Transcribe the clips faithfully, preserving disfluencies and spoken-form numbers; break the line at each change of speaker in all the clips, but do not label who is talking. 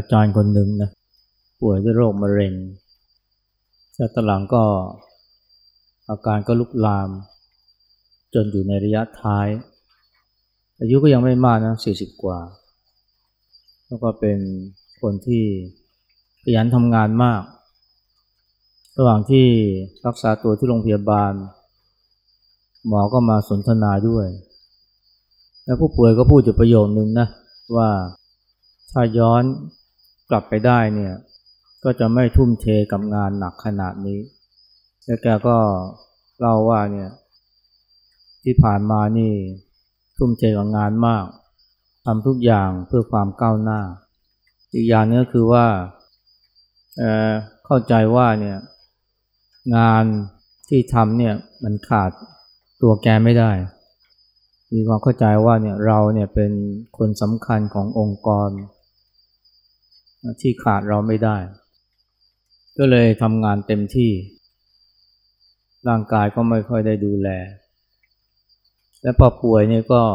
จารย์คนหนึ่งนะป่วยด้วยโรคมะเร็งแล้วตอนหลังก็อาการก็ลุกลามจนอยู่ในระยะท้ายอายุก็ยังไม่มากนะสี่สิบกว่าแล้วก็เป็นคนที่ขยันทำงานมากระหว่างที่รักษาตัวที่โรงพยาบาลหมอก็มาสนทนาด้วยแล้วผู้ป่วยก็พูดอยู่ประโยคนึงนะว่าถ้าย้อนกลับไปได้เนี่ยก็จะไม่ทุ่มเทกับงานหนักขนาดนี้แล้วแกก็เล่าว่าเนี่ยที่ผ่านมานี่ทุ่มเทกับงานมากทำทุกอย่างเพื่อความก้าวหน้าอีกอย่างนึงก็คือว่าเอ่อเข้าใจว่าเนี่ยงานที่ทำเนี่ยมันขาดตัวแกไม่ได้มีความเข้าใจว่าเนี่ยเราเนี่ยเป็นคนสำคัญขององค์กรที่ขาดเราไม่ได้ก็เลยทำงานเต็มที่ร่างกายก็ไม่ค่อยได้ดูแลและพอป่วยเนี่ยก็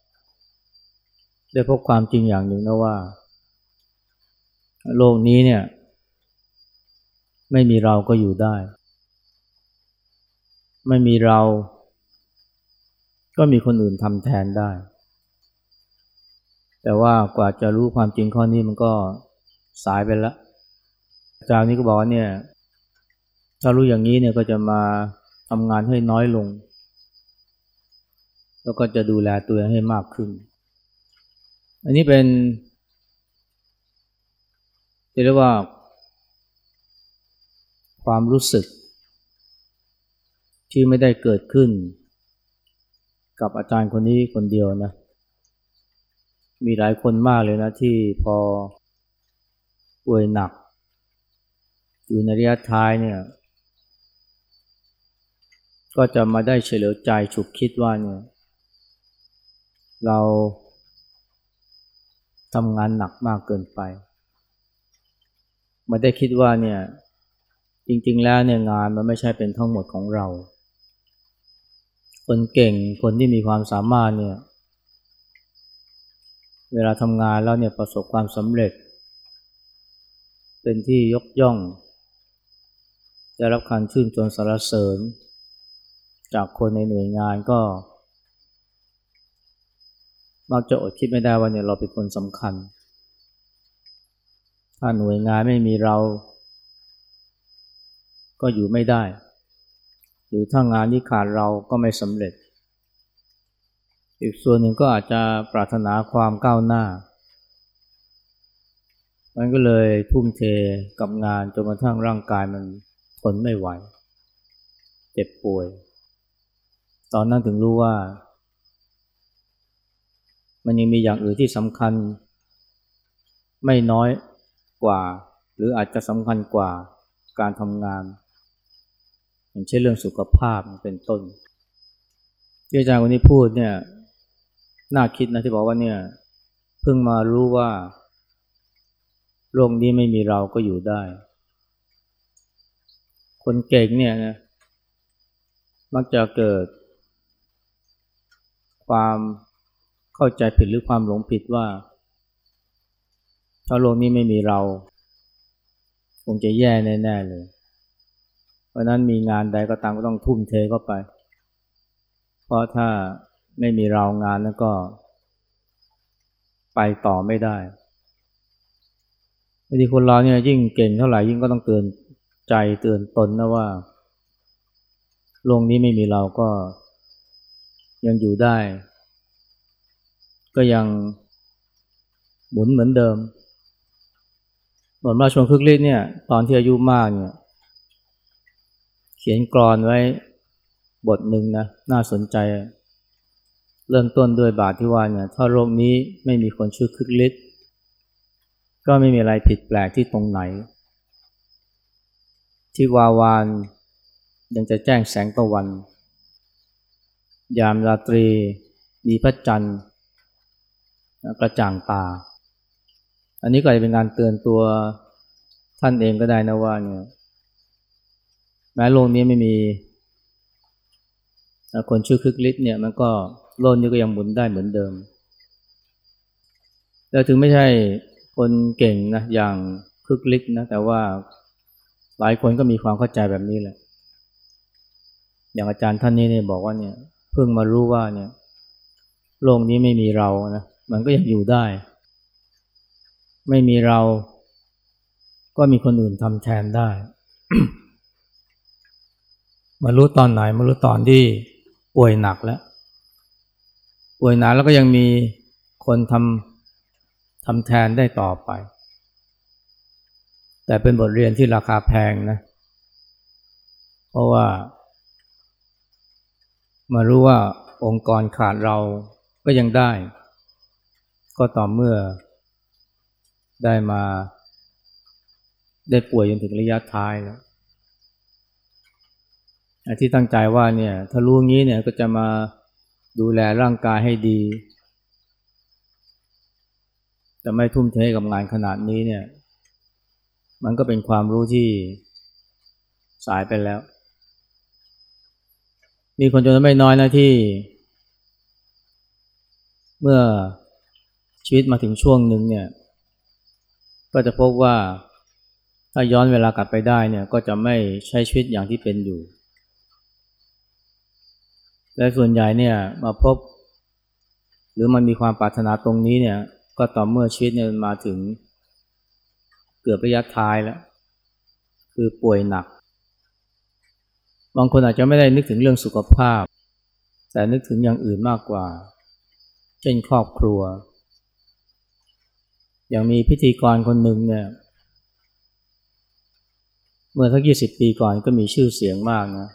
ได้พบความจริงอย่างหนึ่งนะว่าโลกนี้เนี่ยไม่มีเราก็อยู่ได้ไม่มีเราก็มีคนอื่นทำแทนได้แต่ว่ากว่าจะรู้ความจริงข้อนี้มันก็สายไปแล้วอาจารย์นี้ก็บอกว่าเนี่ยถ้ารู้อย่างนี้เนี่ยก็จะมาทำงานให้น้อยลงแล้วก็จะดูแลตัวเองให้มากขึ้นอันนี้เป็นเรียกว่าความรู้สึกที่ไม่ได้เกิดขึ้นกับอาจารย์คนนี้คนเดียวนะมีหลายคนมากเลยนะที่พอป่วยหนักอยู่ในระยะท้ายเนี่ยก็จะมาได้เฉลียวใจฉุกคิดว่าเนี่ยเราทำงานหนักมากเกินไปไม่ได้คิดว่าเนี่ยจริงๆแล้วเนี่ยงานมันไม่ใช่เป็นทั้งหมดของเราคนเก่งคนที่มีความสามารถเนี่ยเวลาทำงานแล้วเนี่ยประสบความสำเร็จเป็นที่ยกย่องได้รับการชื่นชมสรรเสริญจากคนในหน่วยงานก็มักจะอดคิดไม่ได้ว่าเนี่ยเราเป็นคนสำคัญถ้าหน่วยงานไม่มีเราก็อยู่ไม่ได้หรือถ้างานที่ขาดเราก็ไม่สำเร็จอีกส่วนหนึ่งก็อาจจะปรารถนาความก้าวหน้ามันก็เลยทุ่มเทกับงานจนกระทั่งร่างกายมันทนไม่ไหวเจ็บป่วยตอนนั้นถึงรู้ว่ามันยังมีอย่างอื่นที่สำคัญไม่น้อยกว่าหรืออาจจะสำคัญกว่าการทำงานอย่างเช่นเรื่องสุขภาพเป็นต้นที่อาจารย์คนนี้พูดเนี่ยน่าคิดนะที่บอกว่าเนี่ยเพิ่งมารู้ว่าโลกนี้ไม่มีเราก็อยู่ได้คนเก่งเนี่ยนะมักจะเกิดความเข้าใจผิดหรือความหลงผิดว่าถ้าโลกนี้ไม่มีเราคงจะแย่แน่ๆเลยเพราะนั้นมีงานใดก็ตามก็ต้องทุ่มเทเข้าไปเพราะถ้าไม่มีเรางานนั้นก็ไปต่อไม่ได้บางทีคนเราเนี่ยยิ่งเก่งเท่าไหร่ยิ่งก็ต้องเตือนใจเตือนตนนะว่าโลกนี้ไม่มีเราก็ยังอยู่ได้ก็ยังหมุนเหมือนเดิมบทมาชวนคึกฤทธิ์เนี่ยตอนที่อายุมากเนี่ยเขียนกลอนไว้บทหนึ่งนะน่าสนใจเริ่มต้นด้วยบาทที่ว่าเนี่ยถ้าโลกนี้ไม่มีคนชื่อคึกฤทธิ์ก็ไม่มีอะไรผิดแปลกที่ตรงไหนที่วาวานยังจะแจ้งแสงตะวันยามราตรีมีพระจันทร์กระจ่างตาอันนี้ก็จะเป็นการเตือนตัวท่านเองก็ได้นะว่าเนี่ยแม้โลกนี้ไม่มีคนชื่อคึกฤทธิ์เนี่ยมันก็โลกนี้ก็ยังหมุนได้เหมือนเดิมแล้วถึงไม่ใช่คคนเก่งนะอย่างคึกฤทธิ์นะแต่ว่าหลายคนก็มีความเข้าใจแบบนี้แหละอย่างอาจารย์ท่านนี้เนี่ยบอกว่าเนี่ยเพิ่งมารู้ว่าเนี่ยโลกนี้ไม่มีเรานะมันก็ยังอยู่ได้ไม่มีเราก็มีคนอื่นทำแทนได้ มารู้ตอนไหนมารู้ตอนที่ป่วยหนักแล้วป่วยหนักแล้วก็ยังมีคนทำทำแทนได้ต่อไปแต่เป็นบทเรียนที่ราคาแพงนะเพราะว่ามารู้ว่าองค์กรขาดเราก็ยังได้ก็ต่อเมื่อได้มาได้ป่วยจนถึงระยะท้ายแล้วที่ตั้งใจว่าเนี่ยถ้ารู้งี้เนี่ยก็จะมาดูแลร่างกายให้ดีแต่ไม่ทุ่มเทกับงานขนาดนี้เนี่ยมันก็เป็นความรู้ที่สายไปแล้วมีคนจำนวนไม่น้อยนะที่เมื่อชีวิตมาถึงช่วงหนึ่งเนี่ยก็จะพบว่าถ้าย้อนเวลากลับไปได้เนี่ยก็จะไม่ใช้ชีวิตอย่างที่เป็นอยู่และส่วนใหญ่เนี่ยมาพบหรือมันมีความปรารถนาตรงนี้เนี่ยก็ต่อเมื่อชีวิตเนี่ยมาถึงเกือบระยะท้ายแล้วคือป่วยหนักบางคนอาจจะไม่ได้นึกถึงเรื่องสุขภาพแต่นึกถึงอย่างอื่นมากกว่าเช่นครอบครัวอย่างมีพิธีกรคนหนึ่งเนี่ยเมื่อสักยี่สิบปีก่อนก็มีชื่อเสียงมากนะ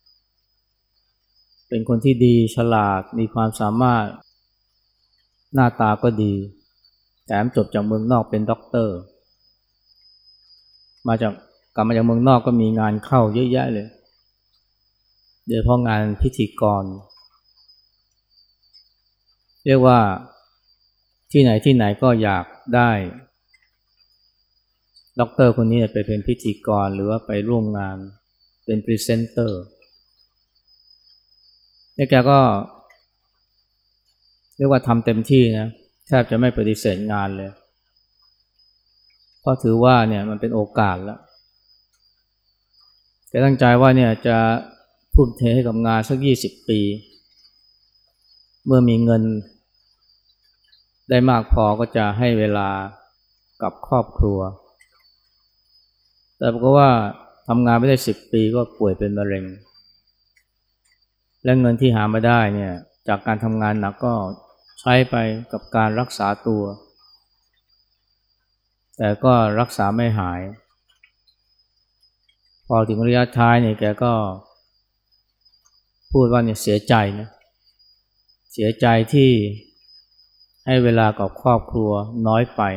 เป็นคนที่ดีฉลาดมีความสามารถหน้าตาก็ดีแถมจบจากเมืองนอกเป็นด็อกเตอร์มาจากกลับมาจากเมืองนอกก็มีงานเข้าเยอะแยะเลยโดยเฉพาะงานพิธีกรเรียกว่าที่ไหนที่ไหนก็อยากได้ด็อกเตอร์คนนี้ไปเป็นพิธีกรหรือว่าไปร่วมงานเป็นพรีเซนเตอร์เนี่ยแกก็เรียกว่าทำเต็มที่นะแทบจะไม่ปฏิเสธงานเลยเพราะถือว่าเนี่ยมันเป็นโอกาสแล้วแกตั้งใจว่าเนี่ยจะทุ่มเทให้กับงานสักยี่สิบปีเมื่อมีเงินได้มากพอก็จะให้เวลากับครอบครัวแต่ปรากฏว่าทำงานไม่ได้สิบปีก็ป่วยเป็นมะเร็งและเงินที่หามาได้เนี่ยจากการทำงานหนักก็ใช้ไปกับการรักษาตัวแต่ก็รักษาไม่หายพอถึงระยะท้ายเนี่ยแกก็พูดว่าเนี่ยเสียใจนะเสียใจที่ให้เวลากับครอบครัวน้อยไป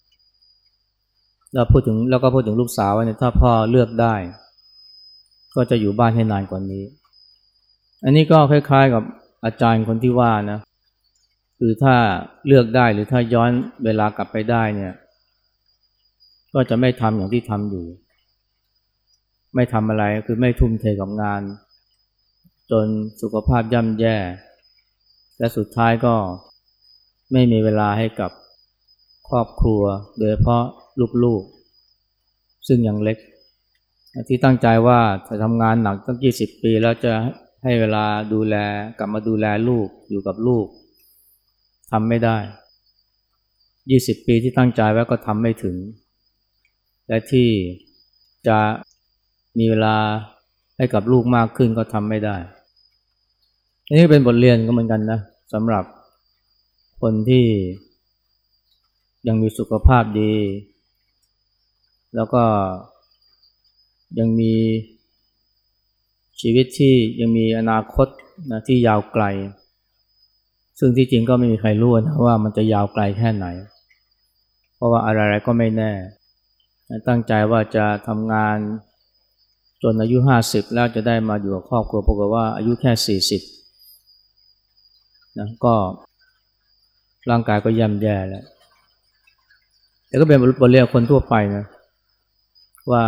แล้วพูดถึงแล้วก็พูดถึงลูกสาวว่าเนี่ยถ้าพ่อเลือกได้ก็จะอยู่บ้านให้นานกว่านี้อันนี้ก็คล้ายๆกับอาจารย์คนที่ว่านะคือถ้าเลือกได้หรือถ้าย้อนเวลากลับไปได้เนี่ยก็จะไม่ทำอย่างที่ทำอยู่ไม่ทำอะไรคือไม่ทุ่มเทกับงานจนสุขภาพย่ำแย่และสุดท้ายก็ไม่มีเวลาให้กับครอบครัวโดยเฉพาะลูกๆซึ่งยังเล็กที่ตั้งใจว่าจะทำงานหนักตั้งยี่สิบปีแล้วจะให้เวลาดูแลกลับมาดูแลลูกอยู่กับลูกทำไม่ได้ยี่สิบปีที่ตั้งใจไว้ก็ทำไม่ถึงและที่จะมีเวลาให้กับลูกมากขึ้นก็ทำไม่ได้อันนี้เป็นบทเรียนก็เหมือนกันนะสำหรับคนที่ยังมีสุขภาพดีแล้วก็ยังมีชีวิตที่ยังมีอนาคตนะที่ยาวไกลซึ่งที่จริงก็ไม่มีใครรู้นะว่ามันจะยาวไกลแค่ไหนเพราะว่าอะไรๆก็ไม่แน่ตั้งใจว่าจะทำงานจนอายุห้าสิบแล้วจะได้มาอยู่กับครอบครัวปรากฏว่าอายุแค่สี่สิบนะก็ร่างกายก็ย่ำแย่แล้วแต่ก็เป็นบทเรียนคนทั่วไปนะว่า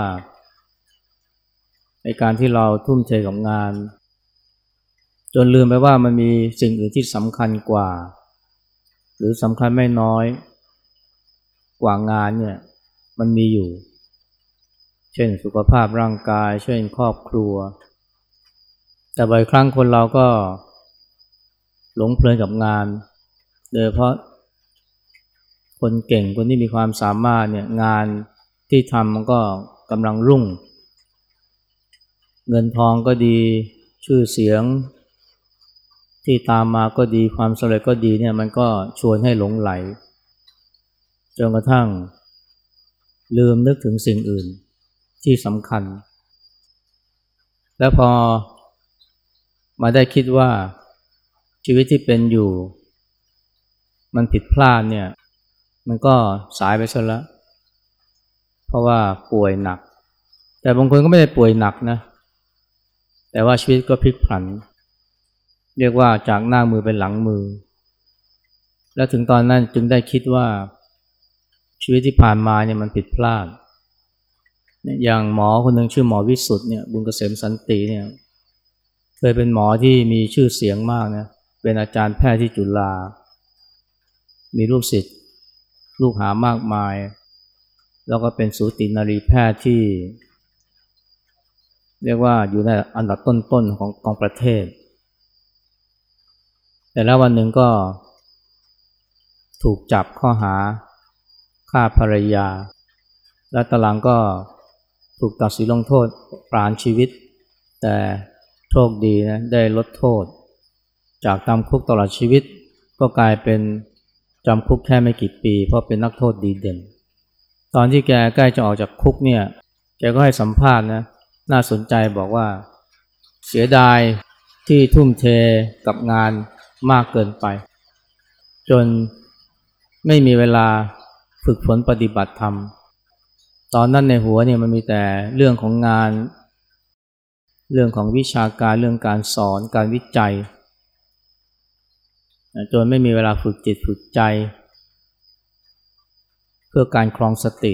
ในการที่เราทุ่มเทกับงานจนลืมไปว่ามันมีสิ่งอื่นที่สำคัญกว่าหรือสำคัญไม่น้อยกว่างานเนี่ยมันมีอยู่เช่นสุขภาพร่างกายเช่นครอบครัวแต่บ่อยครั้งคนเราก็หลงเพลินกับงานโดยเฉพาะคนเก่งคนที่มีความสามารถเนี่ยงานที่ทำมันก็กำลังรุ่งเงินทองก็ดีชื่อเสียงที่ตามมาก็ดีความสำเร็จก็ดีเนี่ยมันก็ชวนให้หลงไหลจนกระทั่งลืมนึกถึงสิ่งอื่นที่สำคัญแล้วพอมาได้คิดว่าชีวิตที่เป็นอยู่มันผิดพลาดเนี่ยมันก็สายไปซะแล้วเพราะว่าป่วยหนักแต่บางคนก็ไม่ได้ป่วยหนักนะแต่ว่าชีวิตก็พลิกผันเรียกว่าจากหน้ามือเป็นหลังมือและถึงตอนนั้นจึงได้คิดว่าชีวิตที่ผ่านมาเนี่ยมันผิดพลาดอย่างหมอคนหนึ่งชื่อหมอวิสุทธ์เนี่ยบุญเกษมสันติเนี่ยเคยเป็นหมอที่มีชื่อเสียงมากนะเป็นอาจารย์แพทย์ที่จุฬามีลูกศิษย์ลูกหามากมายแล้วก็เป็นสูตินรีแพทย์ที่เรียกว่าอยู่ในอันดับต้นๆของของประเทศแต่แล้ววันหนึ่งก็ถูกจับข้อหาฆ่าภรรยาและตอนหลังก็ถูกตัดสินลงโทษประหารชีวิตแต่โชคดีนะได้ลดโทษจากจำคุกตลอดชีวิตก็กลายเป็นจำคุกแค่ไม่กี่ปีเพราะเป็นนักโทษดีเด่นตอนที่แกใกล้จะออกจากคุกเนี่ยแกก็ให้สัมภาษณ์นะน่าสนใจบอกว่าเสียดายที่ทุ่มเทกับงานมากเกินไปจนไม่มีเวลาฝึกฝนปฏิบัติธรรมตอนนั้นในหัวเนี่ยมันมีแต่เรื่องของงานเรื่องของวิชาการเรื่องการสอนการวิจัยจนไม่มีเวลาฝึกจิตฝึกใจเพื่อการครองสติ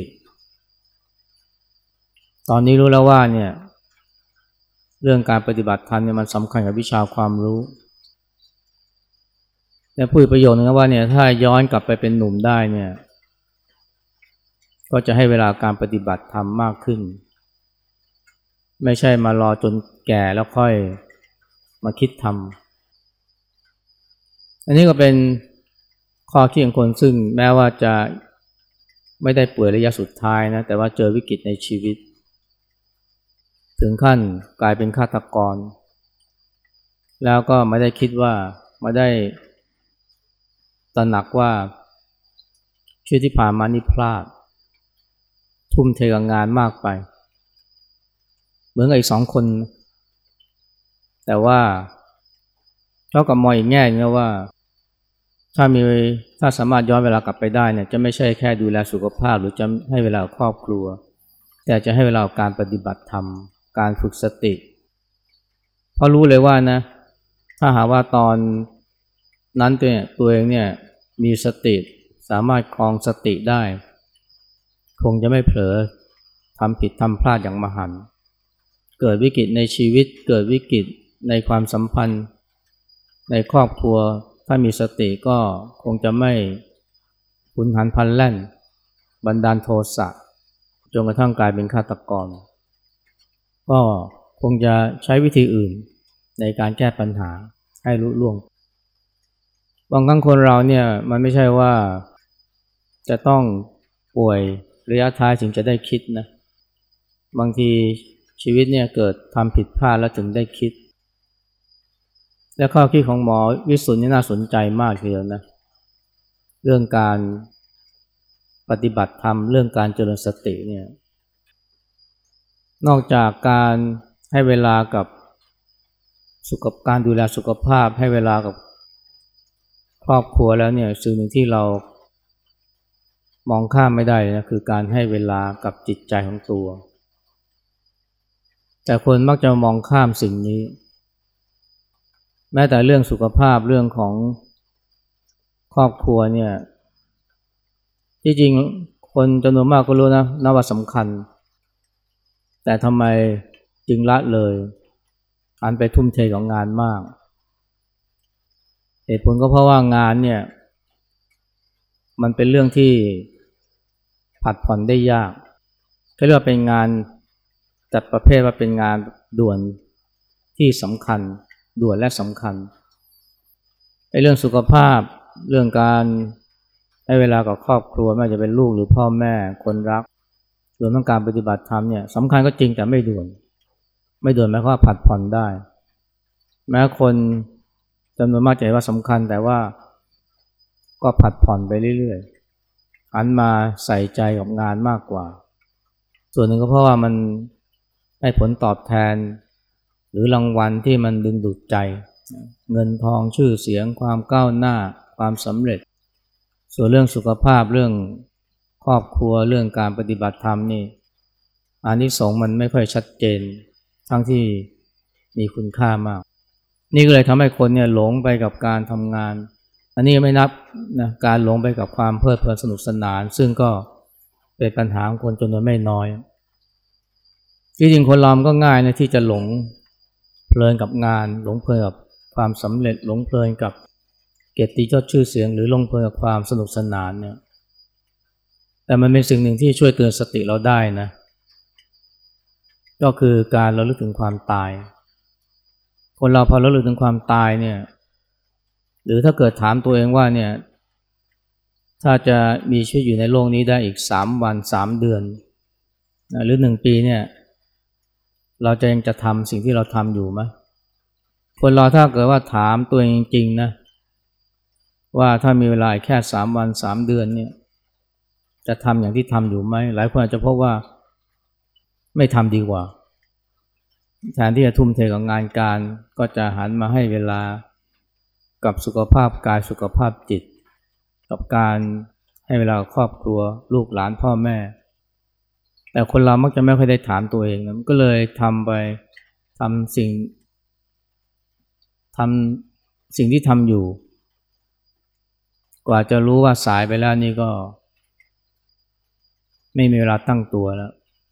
ตอนนี้รู้แล้วว่าเนี่ยเรื่องการปฏิบัติธรรมเนี่ยมันสำคัญกับวิชาความรู้และพูดประโยชน์นึงว่าเนี่ยถ้าย้อนกลับไปเป็นหนุ่มได้เนี่ยก็จะให้เวลาการปฏิบัติธรรมมากขึ้นไม่ใช่มารอจนแก่แล้วค่อยมาคิดทำอันนี้ก็เป็นข้อคิดของคนซึ่งแม้ว่าจะไม่ได้ป่วยระยะสุดท้ายนะแต่ว่าเจอวิกฤตในชีวิตถึงขั้นกลายเป็นฆาตกรแล้วก็ไม่ได้คิดว่าไม่ได้ตระหนักว่าชีวิตที่ผ่านมานี่พลาดทุ่มเทกับงานมากไปเหมือนกับอีกสองคนแต่ว่าเขากับมองอีกแง่นึงนะว่าถ้ามีถ้าสามารถย้อนเวลากลับไปได้เนี่ยจะไม่ใช่แค่ดูแลสุขภาพหรือจะให้เวลาครอบครัวแต่จะให้เวลาการปฏิบัติธรรมการฝึกสติเพราะรู้เลยว่านะถ้าหากว่าตอนนั้นตัวเนี่ยตัวเองเนี่ยมีสติสามารถครองสติได้คงจะไม่เผลอทำผิดทำพลาดอย่างมหันต์เกิดวิกฤตในชีวิตเกิดวิกฤตในความสัมพันธ์ในครอบครัวถ้ามีสติก็คงจะไม่หุนหันพลันแล่นบันดาลโทสะจนกระทั่งกลายเป็นฆาตกรก็คงจะใช้วิธีอื่นในการแก้ปัญหาให้ลุล่วงบางครั้งคนเราเนี่ยมันไม่ใช่ว่าจะต้องป่วยระยะท้ายถึงจะได้คิดนะบางทีชีวิตเนี่ยเกิดทำผิดพลาดแล้วถึงได้คิดและข้อคิดของหมอวิสุทธิ์นี่น่าสนใจมากทีเดียวนะเรื่องการปฏิบัติธรรมเรื่องการเจริญสติเนี่ยนอกจากการให้เวลากับสุขการดูแลสุขภาพให้เวลากับครอบครัวแล้วเนี่ยสิ่งหนึ่งที่เรามองข้ามไม่ได้นะคือการให้เวลากับจิตใจของตัวแต่คนมักจะมองข้ามสิ่งนี้แม้แต่เรื่องสุขภาพเรื่องของครอบครัวเนี่ยที่จริงคนจำนวนมากก็รู้นะนะว่าสำคัญแต่ทำไมจึงละเลยอันไปทุ่มเทกับงานมากเหตุผลก็เพราะว่างานเนี่ยมันเป็นเรื่องที่ผัดผ่อนได้ยากเขาเรียกว่าเป็นงานจัดประเภทว่าเป็นงานด่วนที่สำคัญด่วนและสำคัญไอ้เรื่องสุขภาพเรื่องการให้เวลากับครอบครัวไม่ว่าจะเป็นลูกหรือพ่อแม่คนรักรวมทั้งการปฏิบัติธรรมเนี่ยสำคัญก็จริงแต่ไม่ด่วนไม่ด่วนหมายความว่าผัดผ่อนได้แม้คนจำนวนมากจะเห็นว่าสำคัญแต่ว่าก็ผัดผ่อนไปเรื่อยๆหันมาใส่ใจกับงานมากกว่าส่วนหนึ่งก็เพราะว่ามันให้ผลตอบแทนหรือรางวัลที่มันดึงดูดใจเงินทองชื่อเสียงความก้าวหน้าความสำเร็จส่วนเรื่องสุขภาพเรื่องครอบครัวเรื่องการปฏิบัติธรรมนี่อานิสงส์มันไม่ค่อยชัดเจนทั้งที่มีคุณค่ามากนี่ก็เลยทำให้คนเนี่ยหลงไปกับการทำงานอันนี้ไม่นับนะการหลงไปกับความเพลิดเพลินสนุกสนานซึ่งก็เป็นปัญหาของคนจำนวนไม่น้อยที่จริงคนเราก็ง่ายนะที่จะหลงเพลินกับงานหลงเพลินกับความสำเร็จหลงเพลินกับเกียรติยศชื่อเสียงหรือหลงเพลินกับความสนุกสนานเนี่ยแต่มันเป็นสิ่งหนึ่งที่ช่วยเตือนสติเราได้นะก็คือการระลึกถึงความตายคนเราพอระลึกถึงความตายเนี่ยหรือถ้าเกิดถามตัวเองว่าเนี่ยถ้าจะมีชีวิตอยู่ในโลกนี้ได้อีกสามวันสามเดือนนะหรือหนึ่งปีเนี่ยเราจะยังจะทำสิ่งที่เราทำอยู่ไหมคนเราถ้าเกิดว่าถามตัวเองจริงๆนะว่าถ้ามีเวลาแค่สามวันสามเดือนเนี่ยจะทำอย่างที่ทำอยู่ไหมหลายคนอาจจะพบว่าไม่ทำดีกว่าแทนที่จะทุ่มเทกับงานการก็จะหันมาให้เวลากับสุขภาพกายสุขภาพจิตกับการให้เวลากับครอบครัวลูกหลานพ่อแม่แต่คนเรามักจะไม่ค่อยได้ถามตัวเองนะมันก็เลยทำไปทำสิ่งทำสิ่งที่ทำอยู่กว่าจะรู้ว่าสายไปแล้วนี่ก็ไม่มีเวลาตั้งตัวแล้ว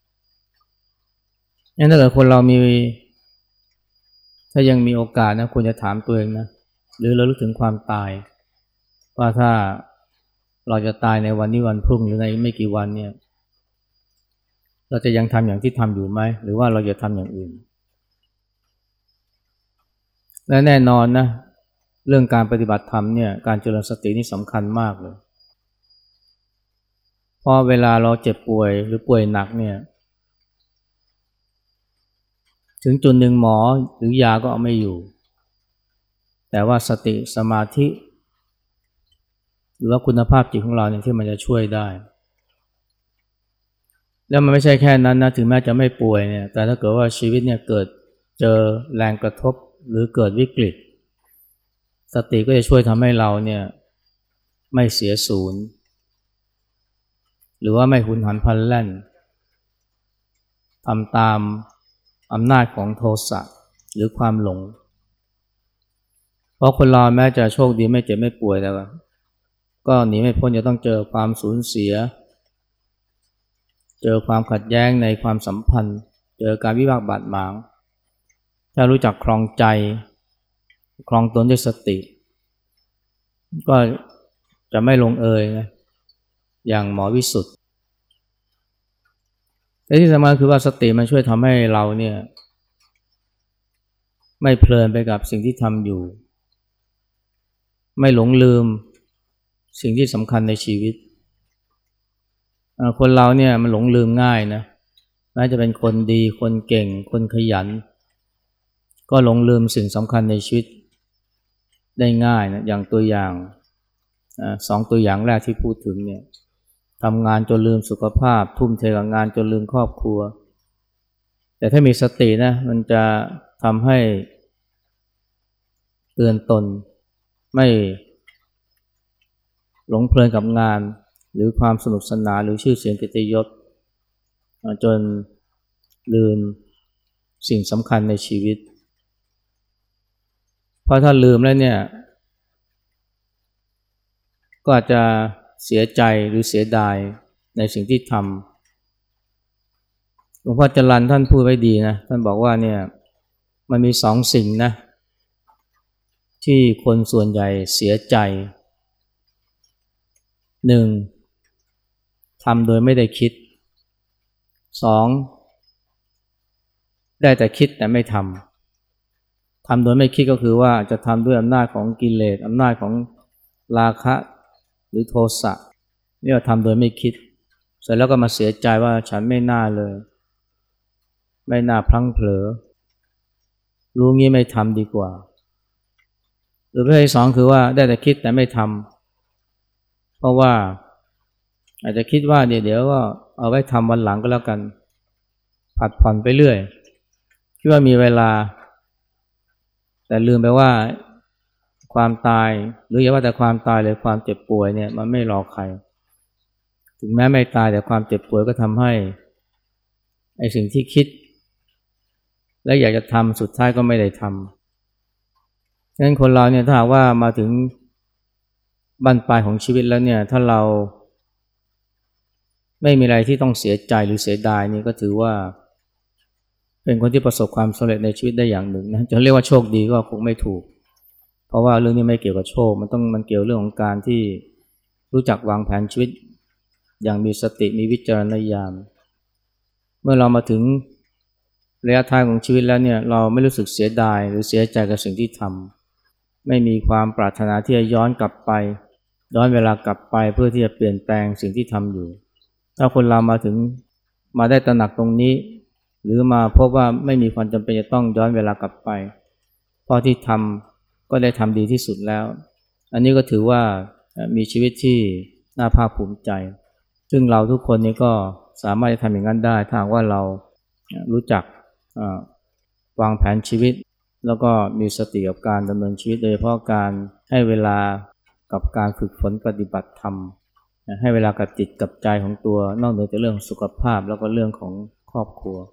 งั้นถ้าเกิดคนเรามีถ้ายังมีโอกาสนะควรจะถามตัวเองนะหรือเราลึกถึงความตายว่าถ้าเราจะตายในวันนี้วันพรุ่งหรือในไม่กี่วันเนี่ยเราจะยังทำอย่างที่ทำอยู่ไหมหรือว่าเราจะทำอย่างอื่นและแน่นอนนะเรื่องการปฏิบัติธรรมเนี่ยการเจริญสตินี่สำคัญมากเลยเพราะเวลาเราเจ็บป่วยหรือป่วยหนักเนี่ยถึงจุดหนึ่งหมอหรือยาก็เอาไม่อยู่แต่ว่าสติสมาธิหรือว่าคุณภาพจิตของเราเนี่ยที่มันจะช่วยได้แล้วมันไม่ใช่แค่นั้นนะถึงแม้จะไม่ป่วยเนี่ยแต่ถ้าเกิดว่าชีวิตเนี่ยเกิดเจอแรงกระทบหรือเกิดวิกฤตสติก็จะช่วยทำให้เราเนี่ยไม่เสียศูนย์หรือว่าไม่หุนหันพลันแล่นทำตามอำนาจของโทสะหรือความหลงเพราะคนเราแม้จะโชคดีไม่เจ็บไม่ป่วยแต่ว่าก็หนีไม่พ้นจะต้องเจอความสูญเสียเจอความขัดแย้งในความสัมพันธ์เจอการวิวาทบาดหมางถ้ารู้จักครองใจครองตนด้วยสติก็จะไม่ลงเอยนะอย่างหมอวิสุทธิ์แต่ที่สำคัญคือว่าสติมันช่วยทำให้เราเนี่ยไม่เพลินไปกับสิ่งที่ทำอยู่ไม่หลงลืมสิ่งที่สำคัญในชีวิตคนเราเนี่ยมันหลงลืมง่ายนะแม้จะเป็นคนดีคนเก่งคนขยันก็หลงลืมสิ่งสำคัญในชีวิตได้ง่ายนะอย่างตัวอย่างสองตัวอย่างแรกที่พูดถึงเนี่ยทำงานจนลืมสุขภาพทุ่มเทกับงานจนลืมครอบครัวแต่ถ้ามีสตินะมันจะทำให้เตือนตนไม่หลงเพลินกับงานหรือความสนุกสนานหรือชื่อเสียงเกียรติยศจนลืมสิ่งสำคัญในชีวิตเพราะถ้าลืมแล้วเนี่ยก็อาจจะเสียใจหรือเสียดายในสิ่งที่ทำหลวงพ่อจรัญท่านพูดไว้ดีนะท่านบอกว่าเนี่ยมันมีสองสิ่งนะที่คนส่วนใหญ่เสียใจหนึ่งทำโดยไม่ได้คิดสองได้แต่คิดแต่ไม่ทำทำโดยไม่คิดก็คือว่าจะทำด้วยอำนาจของกิเลสอำนาจของราคะหรือโทสะนี่เราทำโดยไม่คิดเสร็จแล้วก็มาเสียใจว่าฉันไม่น่าเลยไม่น่าพลั้งเผลอรู้งี้ไม่ทำดีกว่าหรือประเภทที่สองคือว่าได้แต่คิดแต่ไม่ทำเพราะว่าอาจจะคิดว่าเดี๋ยวเดี๋ยวก็เอาไว้ทำวันหลังก็แล้วกันผัดผ่อนไปเรื่อยคิดว่ามีเวลาแต่ลืมไปว่าความตายหรืออย่าว่าแต่ความตายเลยความเจ็บป่วยเนี่ยมันไม่รอใครถึงแม้ไม่ตายแต่ความเจ็บป่วยก็ทำให้ไอ้สิ่งที่คิดและอยากจะทำสุดท้ายก็ไม่ได้ทำฉะนั้นคนเราเนี่ยถ้าหากว่ามาถึงบั้นปลายของชีวิตแล้วเนี่ยถ้าเราไม่มีอะไรที่ต้องเสียใจหรือเสียดายนี่ก็ถือว่าเป็นคนที่ประสบความสำเร็จในชีวิตได้อย่างหนึ่งนะจะเรียกว่าโชคดีก็คงไม่ถูกเพราะว่าเรื่องนี้ไม่เกี่ยวกับโชคมันต้องมันเกี่ยวเรื่องของการที่รู้จักวางแผนชีวิตอย่างมีสติมีวิจารณญาณเมื่อเรามาถึงระยะท้ายของชีวิตแล้วเนี่ยเราไม่รู้สึกเสียดายหรือเสียใจกับสิ่งที่ทำไม่มีความปรารถนาที่จะย้อนกลับไปย้อนเวลากลับไปเพื่อที่จะเปลี่ยนแปลงสิ่งที่ทำอยู่ถ้าคนเรามาถึงมาได้ตระหนักตรงนี้หรือมาพบว่าไม่มีความจำเป็นจะต้องย้อนเวลากลับไปเพราะที่ทำก็ได้ทำดีที่สุดแล้วอันนี้ก็ถือว่ามีชีวิตที่น่าภาคภูมิใจซึ่งเราทุกคนนี้ก็สามารถจะทำอย่างนั้นได้ถ้าว่าเรารู้จักวางแผนชีวิตแล้วก็มีสติกับการดำเนินชีวิตโดยเฉพาะการให้เวลากับการฝึกฝนปฏิบัติธรรมให้เวลากับจิตกับใจของตัวนอกเหนือจากเรื่องสุขภาพแล้วก็เรื่องของครอบครัว